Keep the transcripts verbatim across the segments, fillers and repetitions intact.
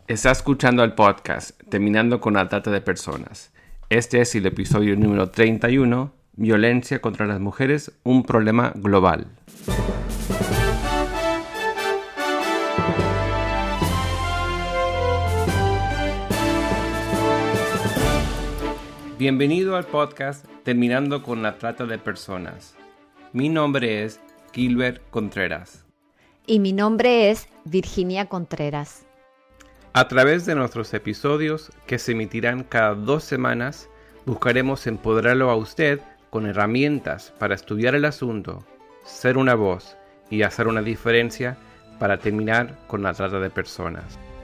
Está escuchando el podcast Terminando con la Trata de Personas. Este es el episodio número treinta y uno, Violencia contra las mujeres, un problema global. Bienvenido al podcast Terminando con la Trata de Personas. Mi nombre es Gilbert Contreras. Y mi nombre es Virginia Contreras. A través de nuestros episodios, que se emitirán cada dos semanas, buscaremos empoderarlo a usted con herramientas para estudiar el asunto, ser una voz y hacer una diferencia para terminar con la trata de personas.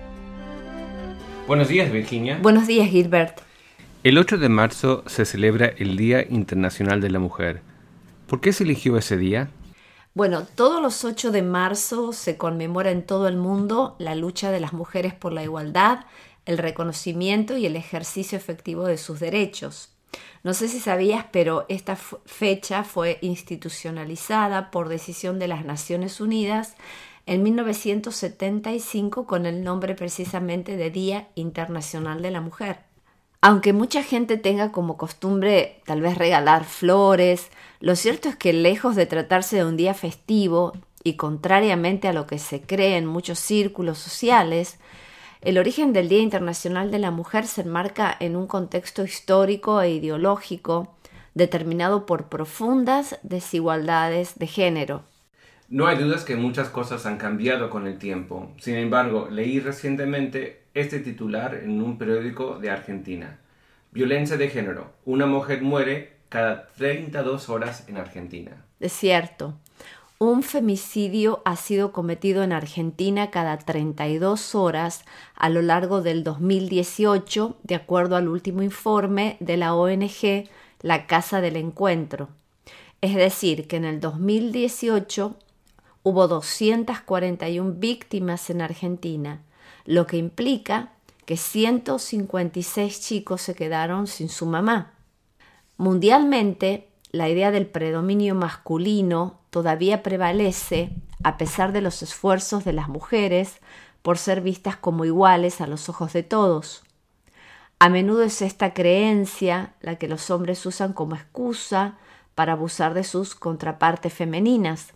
Buenos días, Virginia. Buenos días, Gilbert. El ocho de marzo se celebra el Día Internacional de la Mujer. ¿Por qué se eligió ese día? Bueno, todos los ocho de marzo se conmemora en todo el mundo la lucha de las mujeres por la igualdad, el reconocimiento y el ejercicio efectivo de sus derechos. No sé si sabías, pero esta f- fecha fue institucionalizada por decisión de las Naciones Unidas en mil novecientos setenta y cinco con el nombre precisamente de Día Internacional de la Mujer. Aunque mucha gente tenga como costumbre tal vez regalar flores, lo cierto es que lejos de tratarse de un día festivo y contrariamente a lo que se cree en muchos círculos sociales, el origen del Día Internacional de la Mujer se enmarca en un contexto histórico e ideológico determinado por profundas desigualdades de género. No hay dudas que muchas cosas han cambiado con el tiempo. Sin embargo, leí recientemente este titular en un periódico de Argentina. Violencia de género. Una mujer muere cada treinta y dos horas en Argentina. Es cierto. Un femicidio ha sido cometido en Argentina cada treinta y dos horas a lo largo del dos mil dieciocho, de acuerdo al último informe de la O N G La Casa del Encuentro. Es decir, que en el dos mil dieciocho hubo doscientas cuarenta y una víctimas en Argentina, lo que implica que ciento cincuenta y seis chicos se quedaron sin su mamá. Mundialmente, la idea del predominio masculino todavía prevalece a pesar de los esfuerzos de las mujeres por ser vistas como iguales a los ojos de todos. A menudo es esta creencia la que los hombres usan como excusa para abusar de sus contrapartes femeninas.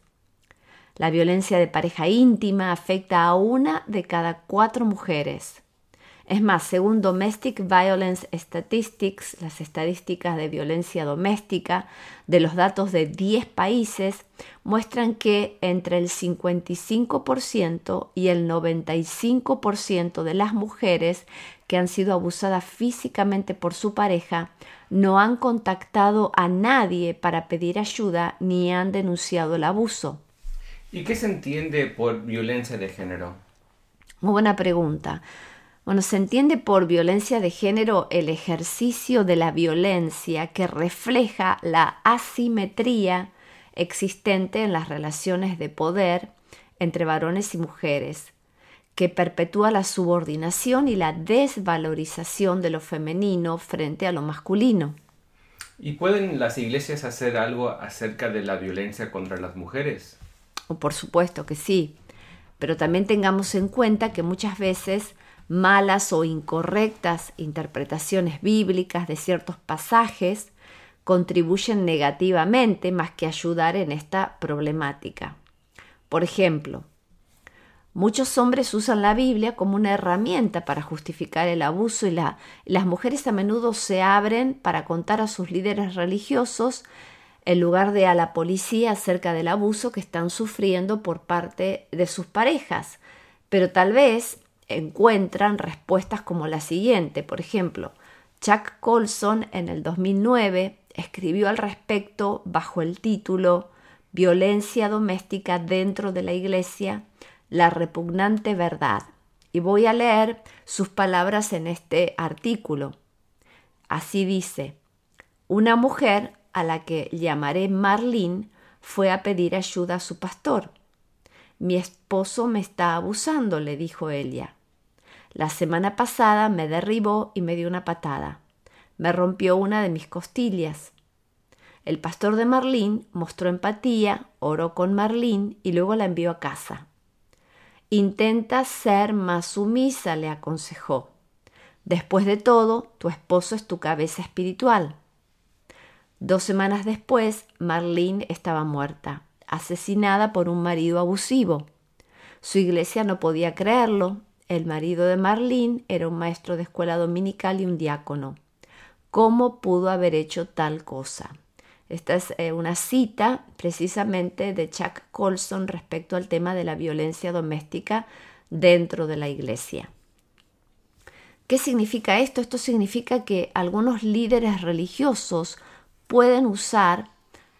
La violencia de pareja íntima afecta a una de cada cuatro mujeres. Es más, según Domestic Violence Statistics, las estadísticas de violencia doméstica de los datos de diez países muestran que entre el cincuenta y cinco por ciento y el noventa y cinco por ciento de las mujeres que han sido abusadas físicamente por su pareja no han contactado a nadie para pedir ayuda ni han denunciado el abuso. ¿Y qué se entiende por violencia de género? Muy buena pregunta. Bueno, se entiende por violencia de género el ejercicio de la violencia que refleja la asimetría existente en las relaciones de poder entre varones y mujeres, que perpetúa la subordinación y la desvalorización de lo femenino frente a lo masculino. ¿Y pueden las iglesias hacer algo acerca de la violencia contra las mujeres? Por supuesto que sí, pero también tengamos en cuenta que muchas veces malas o incorrectas interpretaciones bíblicas de ciertos pasajes contribuyen negativamente más que ayudar en esta problemática. Por ejemplo, muchos hombres usan la Biblia como una herramienta para justificar el abuso y la, las mujeres a menudo se abren para contar a sus líderes religiosos en lugar de a la policía acerca del abuso que están sufriendo por parte de sus parejas. Pero tal vez encuentran respuestas como la siguiente. Por ejemplo, Chuck Colson en el dos mil nueve escribió al respecto bajo el título Violencia doméstica dentro de la iglesia, la repugnante verdad. Y voy a leer sus palabras en este artículo. Así dice: una mujer a la que llamaré Marlene fue a pedir ayuda a su pastor. Mi esposo me está abusando, le dijo ella. La semana pasada me derribó y me dio una patada. Me rompió una de mis costillas. El pastor de Marlene mostró empatía, oró con Marlene y luego la envió a casa. Intenta ser más sumisa, le aconsejó. Después de todo, tu esposo es tu cabeza espiritual. Dos semanas después, Marlene estaba muerta, asesinada por un marido abusivo. Su iglesia no podía creerlo. El marido de Marlene era un maestro de escuela dominical y un diácono. ¿Cómo pudo haber hecho tal cosa? Esta es eh, una cita precisamente de Chuck Colson respecto al tema de la violencia doméstica dentro de la iglesia. ¿Qué significa esto? Esto significa que algunos líderes religiosos pueden usar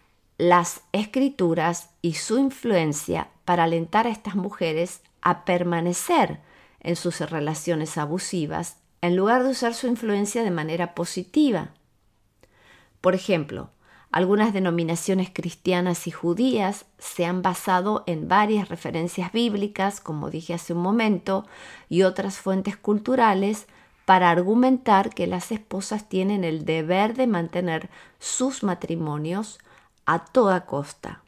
las escrituras y su influencia para alentar a estas mujeres a permanecer en sus relaciones abusivas en lugar de usar su influencia de manera positiva. Por ejemplo, algunas denominaciones cristianas y judías se han basado en varias referencias bíblicas, como dije hace un momento, y otras fuentes culturales para argumentar que las esposas tienen el deber de mantener sus matrimonios a toda costa.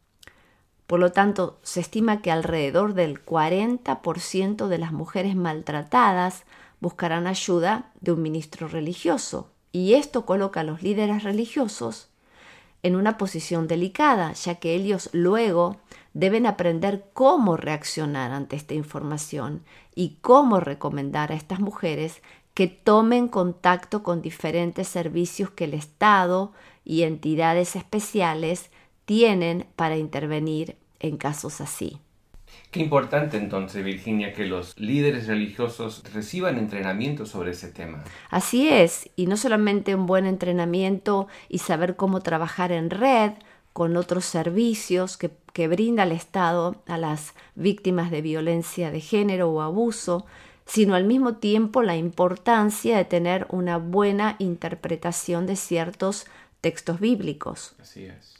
Por lo tanto, se estima que alrededor del cuarenta por ciento de las mujeres maltratadas buscarán ayuda de un ministro religioso, y esto coloca a los líderes religiosos en una posición delicada, ya que ellos luego deben aprender cómo reaccionar ante esta información y cómo recomendar a estas mujeres que tomen contacto con diferentes servicios que el Estado y entidades especiales tienen para intervenir en casos así. Qué importante entonces, Virginia, que los líderes religiosos reciban entrenamiento sobre ese tema. Así es, y no solamente un buen entrenamiento y saber cómo trabajar en red con otros servicios que, que brinda el Estado a las víctimas de violencia de género o abuso, sino al mismo tiempo la importancia de tener una buena interpretación de ciertos textos bíblicos. Así es.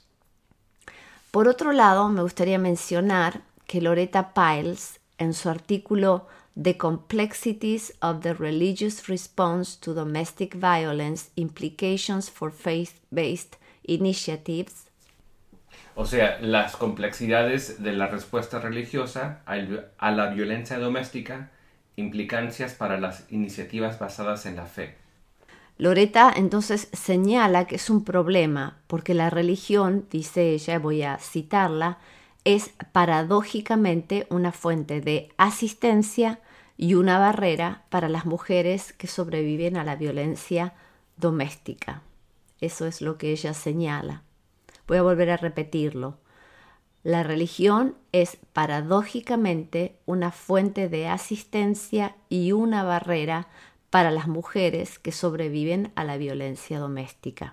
Por otro lado, me gustaría mencionar que Loretta Pyles, en su artículo The Complexities of the Religious Response to Domestic Violence, Implications for Faith-Based Initiatives, o sea, las complejidades de la respuesta religiosa a la violencia doméstica, implicancias para las iniciativas basadas en la fe. Loretta entonces señala que es un problema porque la religión, dice ella, voy a citarla, es paradójicamente una fuente de asistencia y una barrera para las mujeres que sobreviven a la violencia doméstica. Eso es lo que ella señala. Voy a volver a repetirlo. La religión es paradójicamente una fuente de asistencia y una barrera para las mujeres que sobreviven a la violencia doméstica.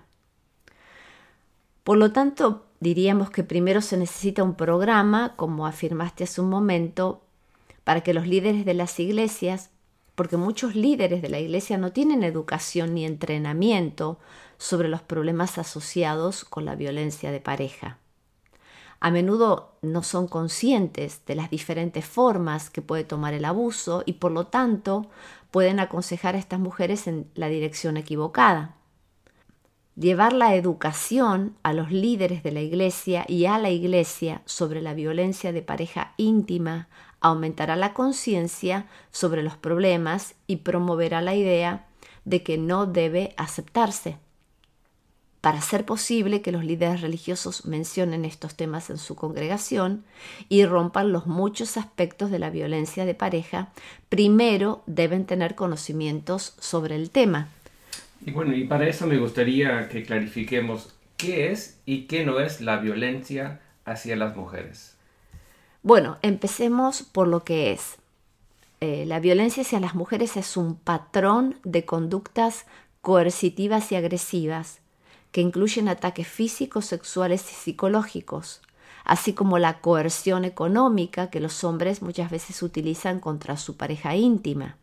Por lo tanto, diríamos que primero se necesita un programa, como afirmaste hace un momento, para que los líderes de las iglesias, porque muchos líderes de la iglesia no tienen educación ni entrenamiento sobre los problemas asociados con la violencia de pareja. A menudo no son conscientes de las diferentes formas que puede tomar el abuso y por lo tanto pueden aconsejar a estas mujeres en la dirección equivocada. Llevar la educación a los líderes de la iglesia y a la iglesia sobre la violencia de pareja íntima aumentará la conciencia sobre los problemas y promoverá la idea de que no debe aceptarse. Para hacer posible que los líderes religiosos mencionen estos temas en su congregación y rompan los muchos aspectos de la violencia de pareja, primero deben tener conocimientos sobre el tema. Y bueno, y para eso me gustaría que clarifiquemos qué es y qué no es la violencia hacia las mujeres. Bueno, empecemos por lo que es. Eh, la violencia hacia las mujeres es un patrón de conductas coercitivas y agresivas que incluyen ataques físicos, sexuales y psicológicos, así como la coerción económica que los hombres muchas veces utilizan contra su pareja íntima.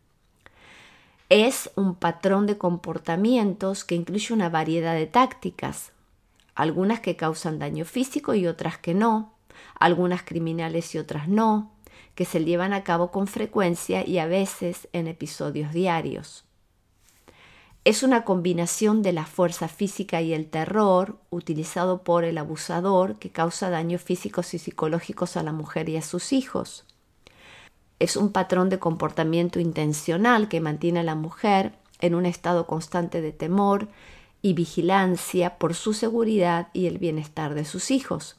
Es un patrón de comportamientos que incluye una variedad de tácticas, algunas que causan daño físico y otras que no, algunas criminales y otras no, que se llevan a cabo con frecuencia y a veces en episodios diarios. Es una combinación de la fuerza física y el terror utilizado por el abusador que causa daños físicos y psicológicos a la mujer y a sus hijos. Es un patrón de comportamiento intencional que mantiene a la mujer en un estado constante de temor y vigilancia por su seguridad y el bienestar de sus hijos.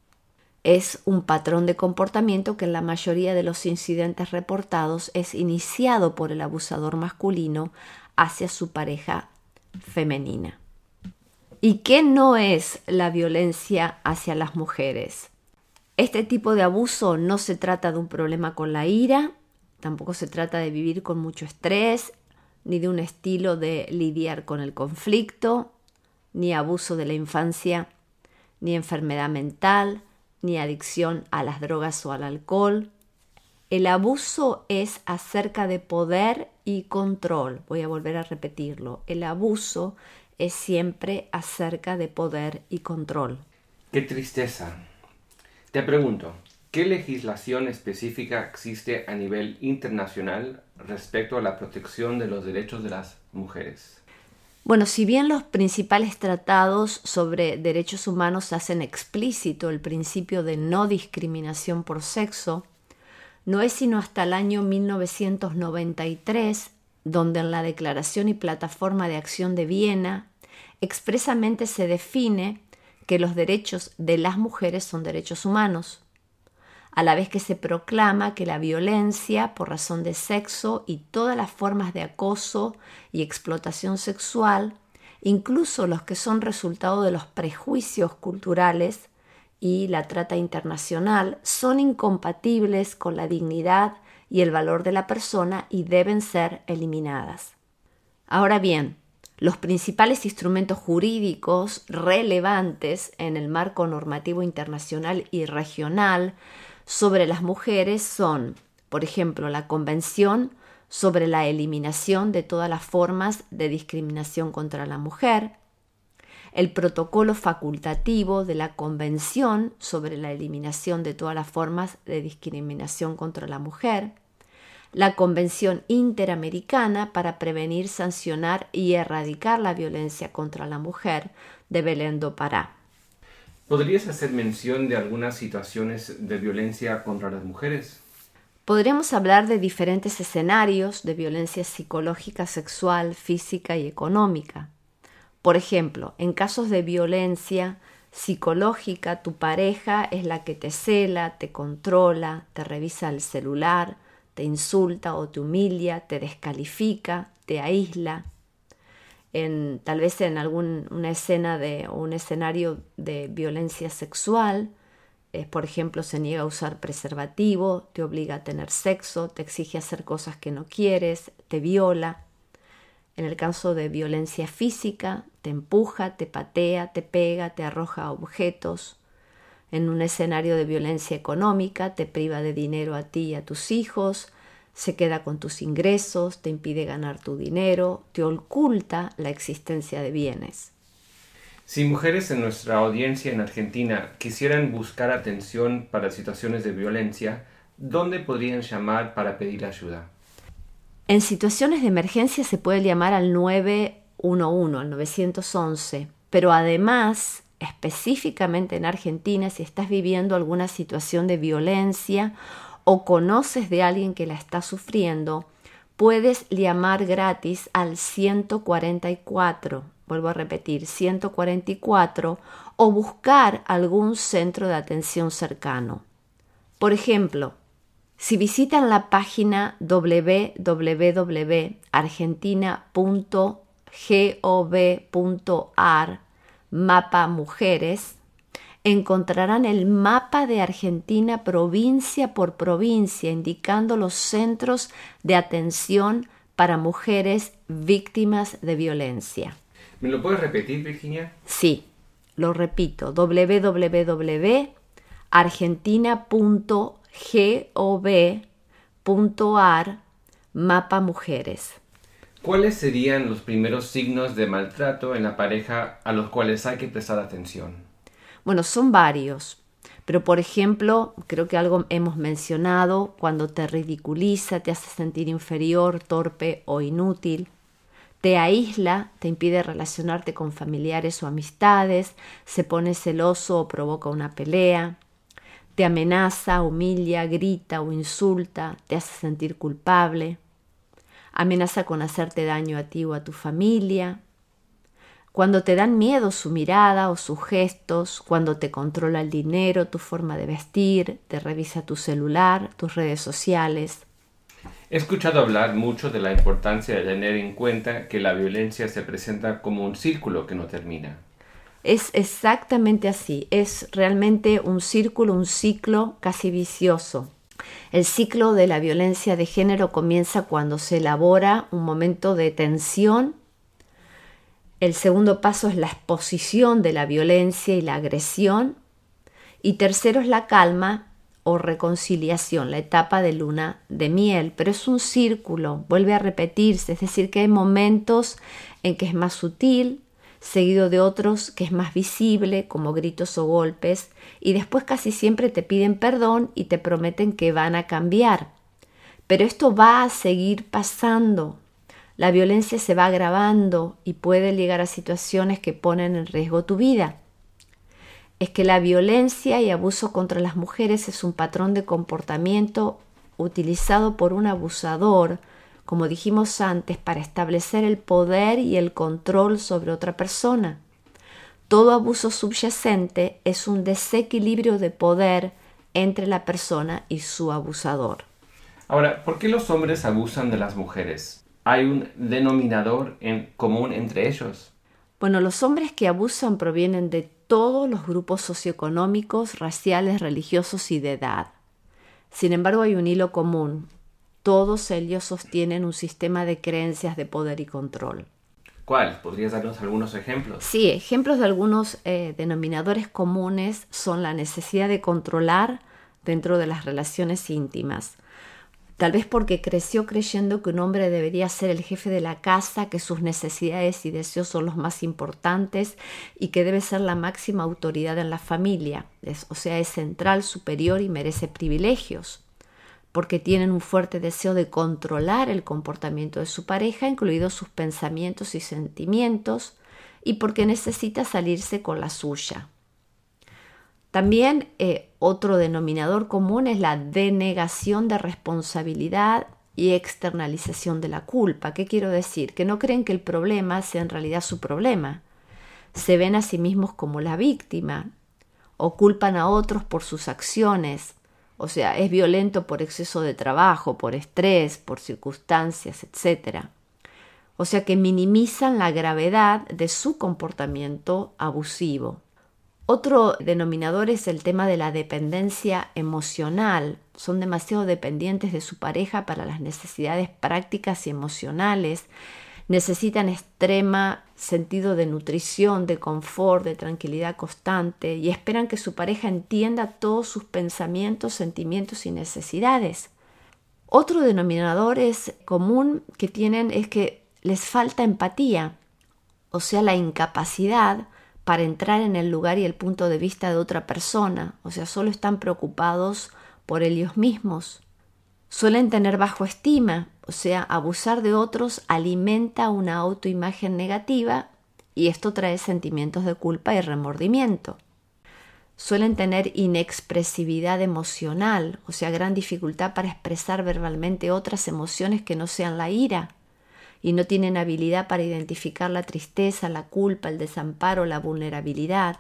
Es un patrón de comportamiento que en la mayoría de los incidentes reportados es iniciado por el abusador masculino hacia su pareja femenina. ¿Y qué no es la violencia hacia las mujeres? Este tipo de abuso no se trata de un problema con la ira, tampoco se trata de vivir con mucho estrés, ni de un estilo de lidiar con el conflicto, ni abuso de la infancia, ni enfermedad mental, ni adicción a las drogas o al alcohol. El abuso es acerca de poder y control. Voy a volver a repetirlo. El abuso es siempre acerca de poder y control. ¡Qué tristeza! Te pregunto, ¿qué legislación específica existe a nivel internacional respecto a la protección de los derechos de las mujeres? Bueno, si bien los principales tratados sobre derechos humanos hacen explícito el principio de no discriminación por sexo, no es sino hasta el año mil novecientos noventa y tres, donde en la Declaración y Plataforma de Acción de Viena expresamente se define que los derechos de las mujeres son derechos humanos, a la vez que se proclama que la violencia por razón de sexo y todas las formas de acoso y explotación sexual, incluso los que son resultado de los prejuicios culturales y la trata internacional, son incompatibles con la dignidad y el valor de la persona y deben ser eliminadas. Ahora bien, los principales instrumentos jurídicos relevantes en el marco normativo internacional y regional sobre las mujeres son, por ejemplo, la Convención sobre la eliminación de todas las formas de discriminación contra la mujer, el Protocolo facultativo de la Convención sobre la eliminación de todas las formas de discriminación contra la mujer, la Convención Interamericana para prevenir, sancionar y erradicar la violencia contra la mujer de Belém do Pará. ¿Podrías hacer mención de algunas situaciones de violencia contra las mujeres? Podríamos hablar de diferentes escenarios de violencia psicológica, sexual, física y económica. Por ejemplo, en casos de violencia psicológica, tu pareja es la que te cela, te controla, te revisa el celular, te insulta o te humilla, te descalifica, te aísla. En, tal vez en alguna escena de o un escenario de violencia sexual, eh, por ejemplo, se niega a usar preservativo, te obliga a tener sexo, te exige hacer cosas que no quieres, te viola. En el caso de violencia física, te empuja, te patea, te pega, te arroja objetos. En un escenario de violencia económica, te priva de dinero a ti y a tus hijos, se queda con tus ingresos, te impide ganar tu dinero, te oculta la existencia de bienes. Si mujeres en nuestra audiencia en Argentina quisieran buscar atención para situaciones de violencia, ¿dónde podrían llamar para pedir ayuda? En situaciones de emergencia se puede llamar al nueve uno uno, al nueve once, pero además, específicamente en Argentina, si estás viviendo alguna situación de violencia o conoces de alguien que la está sufriendo, puedes llamar gratis al ciento cuarenta y cuatro, vuelvo a repetir, ciento cuarenta y cuatro, o buscar algún centro de atención cercano. Por ejemplo, si visitan la página doble u doble u doble u punto argentina punto gov punto ar Mapa Mujeres, encontrarán el mapa de Argentina provincia por provincia, indicando los centros de atención para mujeres víctimas de violencia. ¿Me lo puedes repetir, Virginia? Sí, lo repito, doble u doble u doble u punto argentina punto gov punto ar Mapa Mujeres. ¿Cuáles serían los primeros signos de maltrato en la pareja a los cuales hay que prestar atención? Bueno, son varios, pero por ejemplo, creo que algo hemos mencionado, cuando te ridiculiza, te hace sentir inferior, torpe o inútil, te aísla, te impide relacionarte con familiares o amistades, se pone celoso o provoca una pelea, Te amenaza, humilla, grita o insulta, te hace sentir culpable, amenaza con hacerte daño a ti o a tu familia. Cuando te dan miedo su mirada o sus gestos, cuando te controla el dinero, tu forma de vestir, te revisa tu celular, tus redes sociales. He escuchado hablar mucho de la importancia de tener en cuenta que la violencia se presenta como un círculo que no termina. Es exactamente así, es realmente un círculo, un ciclo casi vicioso. El ciclo de la violencia de género comienza cuando se elabora un momento de tensión. El segundo paso es la exposición de la violencia y la agresión. Y tercero es la calma o reconciliación, la etapa de luna de miel. Pero es un círculo, vuelve a repetirse, es decir, que hay momentos en que es más sutil, seguido de otros que es más visible, como gritos o golpes, y después casi siempre te piden perdón y te prometen que van a cambiar. Pero esto va a seguir pasando. La violencia se va agravando y puede llegar a situaciones que ponen en riesgo tu vida. Es que la violencia y abuso contra las mujeres es un patrón de comportamiento utilizado por un abusador, como dijimos antes, para establecer el poder y el control sobre otra persona. Todo abuso subyacente es un desequilibrio de poder entre la persona y su abusador. Ahora, ¿por qué los hombres abusan de las mujeres? ¿Hay un denominador en común entre ellos? Bueno, los hombres que abusan provienen de todos los grupos socioeconómicos, raciales, religiosos y de edad. Sin embargo, hay un hilo común. Todos ellos sostienen un sistema de creencias de poder y control. ¿Cuál? ¿Podrías darnos algunos ejemplos? Sí, ejemplos de algunos eh, denominadores comunes son la necesidad de controlar dentro de las relaciones íntimas. Tal vez porque creció creyendo que un hombre debería ser el jefe de la casa, que sus necesidades y deseos son los más importantes y que debe ser la máxima autoridad en la familia. Es, o sea, es central, superior y merece privilegios, porque tienen un fuerte deseo de controlar el comportamiento de su pareja, incluidos sus pensamientos y sentimientos, y porque necesita salirse con la suya. También eh, otro denominador común es la denegación de responsabilidad y externalización de la culpa. ¿Qué quiero decir? Que no creen que el problema sea en realidad su problema. Se ven a sí mismos como la víctima o culpan a otros por sus acciones. O sea, es violento por exceso de trabajo, por estrés, por circunstancias, etcétera. O sea que minimizan la gravedad de su comportamiento abusivo. Otro denominador es el tema de la dependencia emocional. Son demasiado dependientes de su pareja para las necesidades prácticas y emocionales. Necesitan extrema sentido de nutrición, de confort, de tranquilidad constante y esperan que su pareja entienda todos sus pensamientos, sentimientos y necesidades. Otro denominador es común que tienen es que les falta empatía, o sea, la incapacidad para entrar en el lugar y el punto de vista de otra persona, o sea, solo están preocupados por ellos mismos. Suelen tener bajo estima, o sea, abusar de otros alimenta una autoimagen negativa y esto trae sentimientos de culpa y remordimiento. Suelen tener inexpresividad emocional, o sea, gran dificultad para expresar verbalmente otras emociones que no sean la ira, y no tienen habilidad para identificar la tristeza, la culpa, el desamparo, la vulnerabilidad.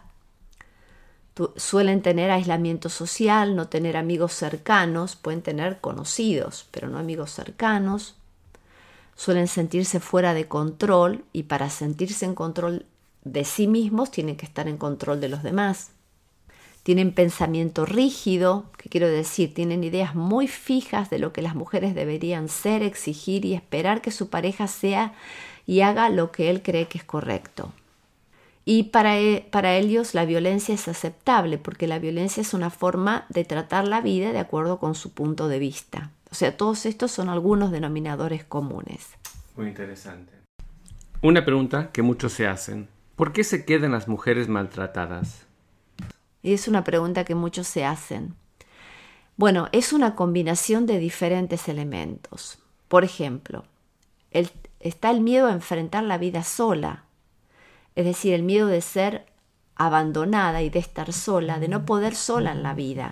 Suelen tener aislamiento social, no tener amigos cercanos, pueden tener conocidos, pero no amigos cercanos. Suelen sentirse fuera de control y para sentirse en control de sí mismos tienen que estar en control de los demás. Tienen pensamiento rígido, ¿qué quiero decir? Tienen ideas muy fijas de lo que las mujeres deberían ser, exigir y esperar que su pareja sea y haga lo que él cree que es correcto. Y para, para ellos la violencia es aceptable porque la violencia es una forma de tratar la vida de acuerdo con su punto de vista. O sea, todos estos son algunos denominadores comunes. Muy interesante. Una pregunta que muchos se hacen. ¿Por qué se quedan las mujeres maltratadas? Y es una pregunta que muchos se hacen. Bueno, es una combinación de diferentes elementos. Por ejemplo, el, está el miedo a enfrentar la vida sola. Es decir, el miedo de ser abandonada y de estar sola, de no poder sola en la vida.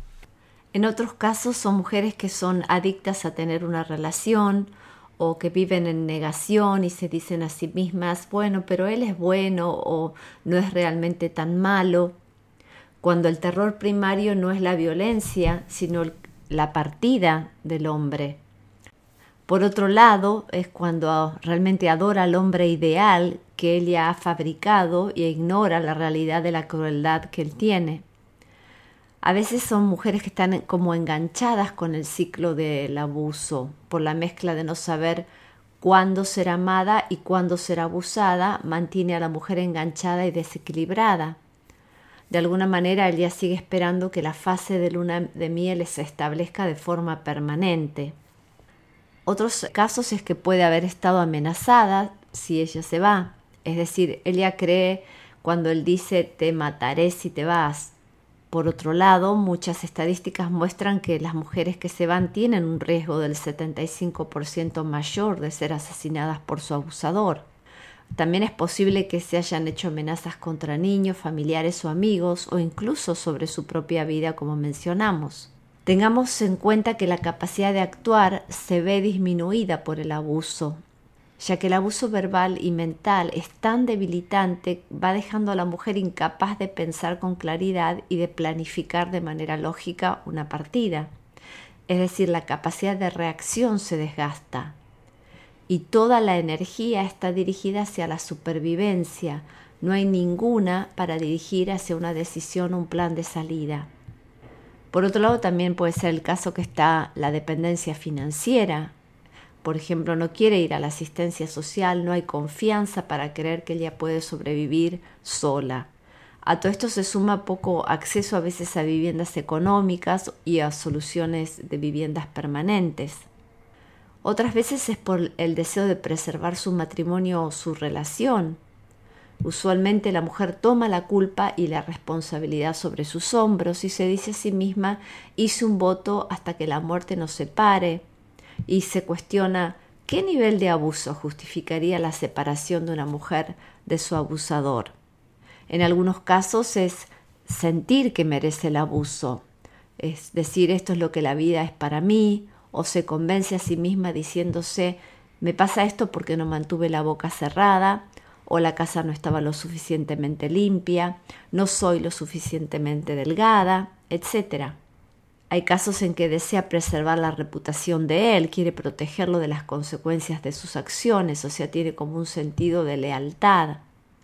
En otros casos son mujeres que son adictas a tener una relación o que viven en negación y se dicen a sí mismas, bueno, pero él es bueno o no es realmente tan malo, cuando el terror primario no es la violencia, sino la partida del hombre. Por otro lado, es cuando realmente adora al hombre ideal que ella ha fabricado e ignora la realidad de la crueldad que él tiene. A veces son mujeres que están como enganchadas con el ciclo del abuso, por la mezcla de no saber cuándo ser amada y cuándo ser abusada, mantiene a la mujer enganchada y desequilibrada. De alguna manera ella sigue esperando que la fase de luna de miel se establezca de forma permanente. Otros casos es que puede haber estado amenazada si ella se va, es decir, ella cree cuando él dice te mataré si te vas. Por otro lado, muchas estadísticas muestran que las mujeres que se van tienen un riesgo del setenta y cinco por ciento mayor de ser asesinadas por su abusador. También es posible que se hayan hecho amenazas contra niños, familiares o amigos, o incluso sobre su propia vida, como mencionamos. Tengamos en cuenta que la capacidad de actuar se ve disminuida por el abuso, ya que el abuso verbal y mental es tan debilitante, va dejando a la mujer incapaz de pensar con claridad y de planificar de manera lógica una partida. Es decir, la capacidad de reacción se desgasta y toda la energía está dirigida hacia la supervivencia. No hay ninguna para dirigir hacia una decisión o un plan de salida. Por otro lado, también puede ser el caso que está la dependencia financiera. Por ejemplo, no quiere ir a la asistencia social, no hay confianza para creer que ella puede sobrevivir sola. A todo esto se suma poco acceso a veces a viviendas económicas y a soluciones de viviendas permanentes. Otras veces es por el deseo de preservar su matrimonio o su relación. Usualmente la mujer toma la culpa y la responsabilidad sobre sus hombros y se dice a sí misma, hice un voto hasta que la muerte nos separe, y se cuestiona qué nivel de abuso justificaría la separación de una mujer de su abusador. En algunos casos es sentir que merece el abuso, es decir, esto es lo que la vida es para mí, o se convence a sí misma diciéndose, me pasa esto porque no mantuve la boca cerrada, o la casa no estaba lo suficientemente limpia, no soy lo suficientemente delgada, etcétera. Hay casos en que desea preservar la reputación de él, quiere protegerlo de las consecuencias de sus acciones, o sea, tiene como un sentido de lealtad.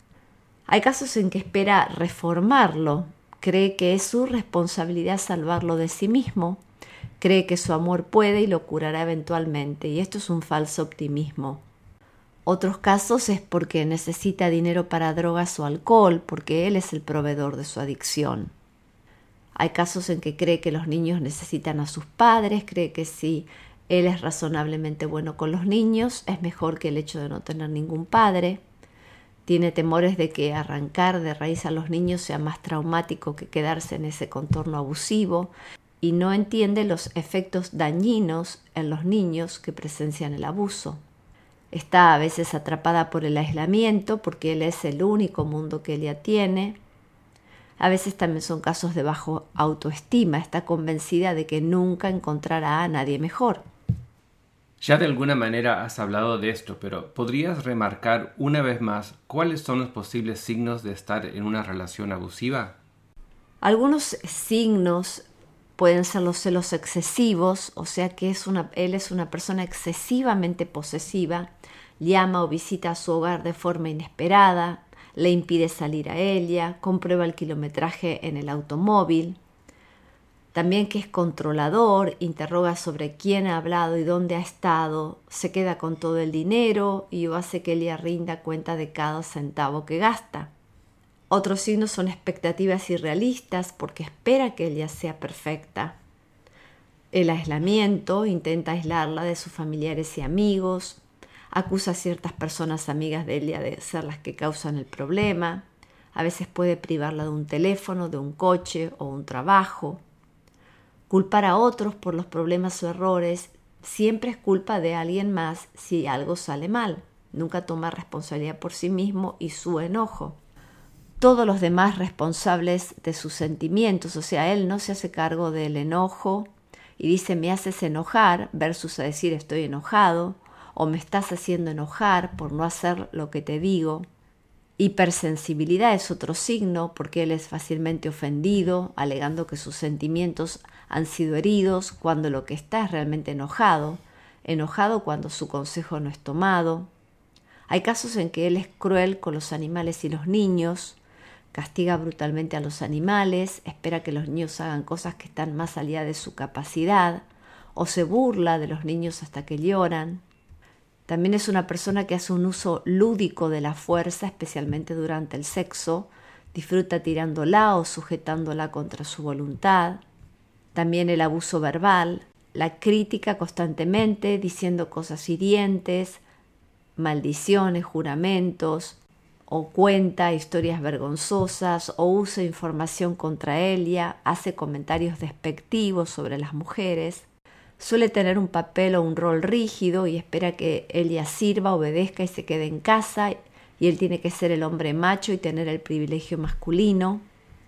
Hay casos en que espera reformarlo, cree que es su responsabilidad salvarlo de sí mismo, cree que su amor puede y lo curará eventualmente, y esto es un falso optimismo. Otros casos es porque necesita dinero para drogas o alcohol, porque él es el proveedor de su adicción. Hay casos en que cree que los niños necesitan a sus padres, cree que si él es razonablemente bueno con los niños, es mejor que el hecho de no tener ningún padre. Tiene temores de que arrancar de raíz a los niños sea más traumático que quedarse en ese contorno abusivo y no entiende los efectos dañinos en los niños que presencian el abuso. Está a veces atrapada por el aislamiento porque él es el único mundo que ella tiene. A veces también son casos de bajo autoestima, está convencida de que nunca encontrará a nadie mejor. Ya de alguna manera has hablado de esto, pero ¿podrías remarcar una vez más cuáles son los posibles signos de estar en una relación abusiva? Algunos signos pueden ser los celos excesivos, o sea que es una, él es una persona excesivamente posesiva, llama o visita a su hogar de forma inesperada, le impide salir a ella, comprueba el kilometraje en el automóvil. También que es controlador, interroga sobre quién ha hablado y dónde ha estado, se queda con todo el dinero y hace que ella rinda cuenta de cada centavo que gasta. Otros signos son expectativas irrealistas porque espera que ella sea perfecta. El aislamiento, intenta aislarla de sus familiares y amigos, acusa a ciertas personas amigas de ella de ser las que causan el problema, a veces puede privarla de un teléfono, de un coche o un trabajo. Culpar a otros por los problemas o errores siempre es culpa de alguien más si algo sale mal. Nunca toma responsabilidad por sí mismo y su enojo. todos los demás responsables de sus sentimientos. O sea, él no se hace cargo del enojo y dice me haces enojar versus a decir estoy enojado o me estás haciendo enojar por no hacer lo que te digo. Hipersensibilidad es otro signo porque él es fácilmente ofendido, alegando que sus sentimientos han sido heridos cuando lo que está es realmente enojado, enojado cuando su consejo no es tomado. Hay casos en que él es cruel con los animales y los niños, castiga brutalmente a los animales, espera que los niños hagan cosas que están más allá de su capacidad, o se burla de los niños hasta que lloran. También es una persona que hace un uso lúdico de la fuerza, especialmente durante el sexo, disfruta tirándola o sujetándola contra su voluntad. También el abuso verbal, la crítica constantemente, diciendo cosas hirientes, maldiciones, juramentos, o cuenta historias vergonzosas, o usa información contra ella, hace comentarios despectivos sobre las mujeres. Suele tener un papel o un rol rígido y espera que ella sirva, obedezca y se quede en casa, y él tiene que ser el hombre macho y tener el privilegio masculino.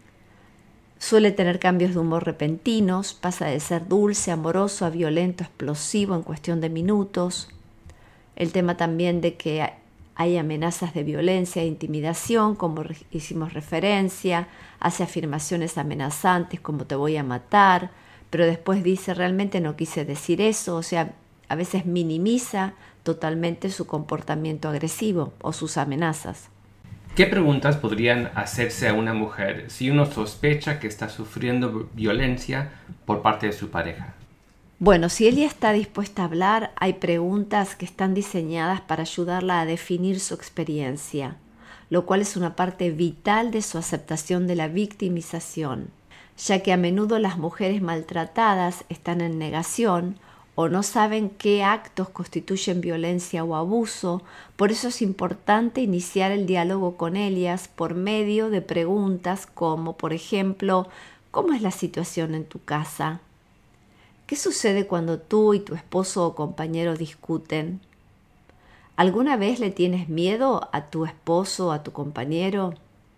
Suele tener cambios de humor repentinos, pasa de ser dulce, amoroso a violento, explosivo en cuestión de minutos. El tema también de que hay amenazas de violencia e intimidación, como hicimos referencia, hace afirmaciones amenazantes como te voy a matar, pero después dice realmente no quise decir eso, o sea, a veces minimiza totalmente su comportamiento agresivo o sus amenazas. ¿Qué preguntas podrían hacerse a una mujer si uno sospecha que está sufriendo violencia por parte de su pareja? Bueno, si ella está dispuesta a hablar, hay preguntas que están diseñadas para ayudarla a definir su experiencia, lo cual es una parte vital de su aceptación de la victimización, ya que a menudo las mujeres maltratadas están en negación o no saben qué actos constituyen violencia o abuso. Por eso es importante iniciar el diálogo con ellas por medio de preguntas como, por ejemplo, ¿cómo es la situación en tu casa? ¿Qué sucede cuando tú y tu esposo o compañero discuten? ¿Alguna vez le tienes miedo a tu esposo o a tu compañero?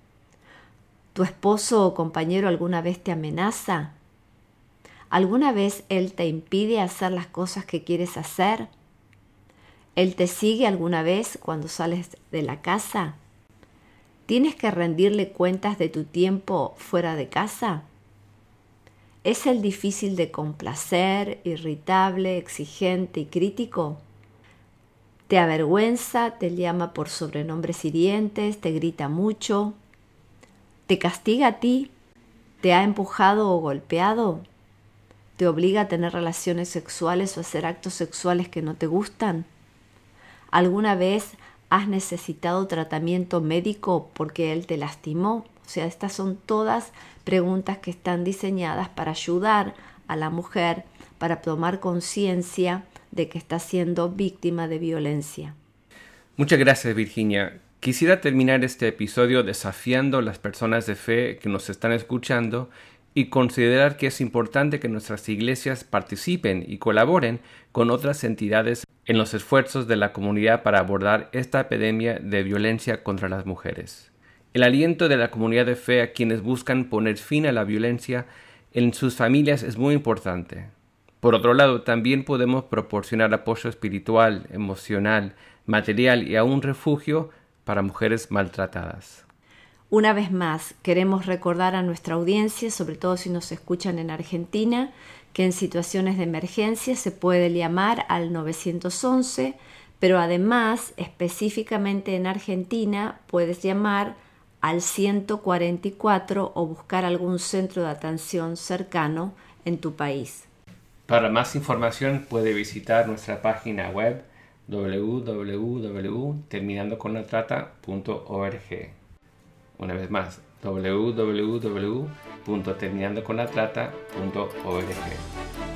¿Tu esposo o compañero alguna vez te amenaza? ¿Alguna vez él te impide hacer las cosas que quieres hacer? ¿Él te sigue alguna vez cuando sales de la casa? ¿Tienes que rendirle cuentas de tu tiempo fuera de casa? ¿Es él difícil de complacer, irritable, exigente y crítico? ¿Te avergüenza, te llama por sobrenombres hirientes, te grita mucho? ¿Te castiga a ti? ¿Te ha empujado o golpeado? ¿Te obliga a tener relaciones sexuales o hacer actos sexuales que no te gustan? ¿Alguna vez has necesitado tratamiento médico porque él te lastimó? O sea, estas son todas preguntas que están diseñadas para ayudar a la mujer para tomar conciencia de que está siendo víctima de violencia. Muchas gracias, Virginia. Quisiera terminar este episodio desafiando a las personas de fe que nos están escuchando y considerar que es importante que nuestras iglesias participen y colaboren con otras entidades en los esfuerzos de la comunidad para abordar esta epidemia de violencia contra las mujeres. El aliento de la comunidad de fe a quienes buscan poner fin a la violencia en sus familias es muy importante. Por otro lado, también podemos proporcionar apoyo espiritual, emocional, material y aún refugio para mujeres maltratadas. Una vez más, queremos recordar a nuestra audiencia, sobre todo si nos escuchan en Argentina, que en situaciones de emergencia se puede llamar al nueve once, pero además, específicamente en Argentina, puedes llamar al ciento cuarenta y cuatro o buscar algún centro de atención cercano en tu país. Para más información puede visitar nuestra página web doble u doble u doble u punto terminando con la trata punto org. Una vez más, doble u doble u doble u punto terminando con la trata punto org.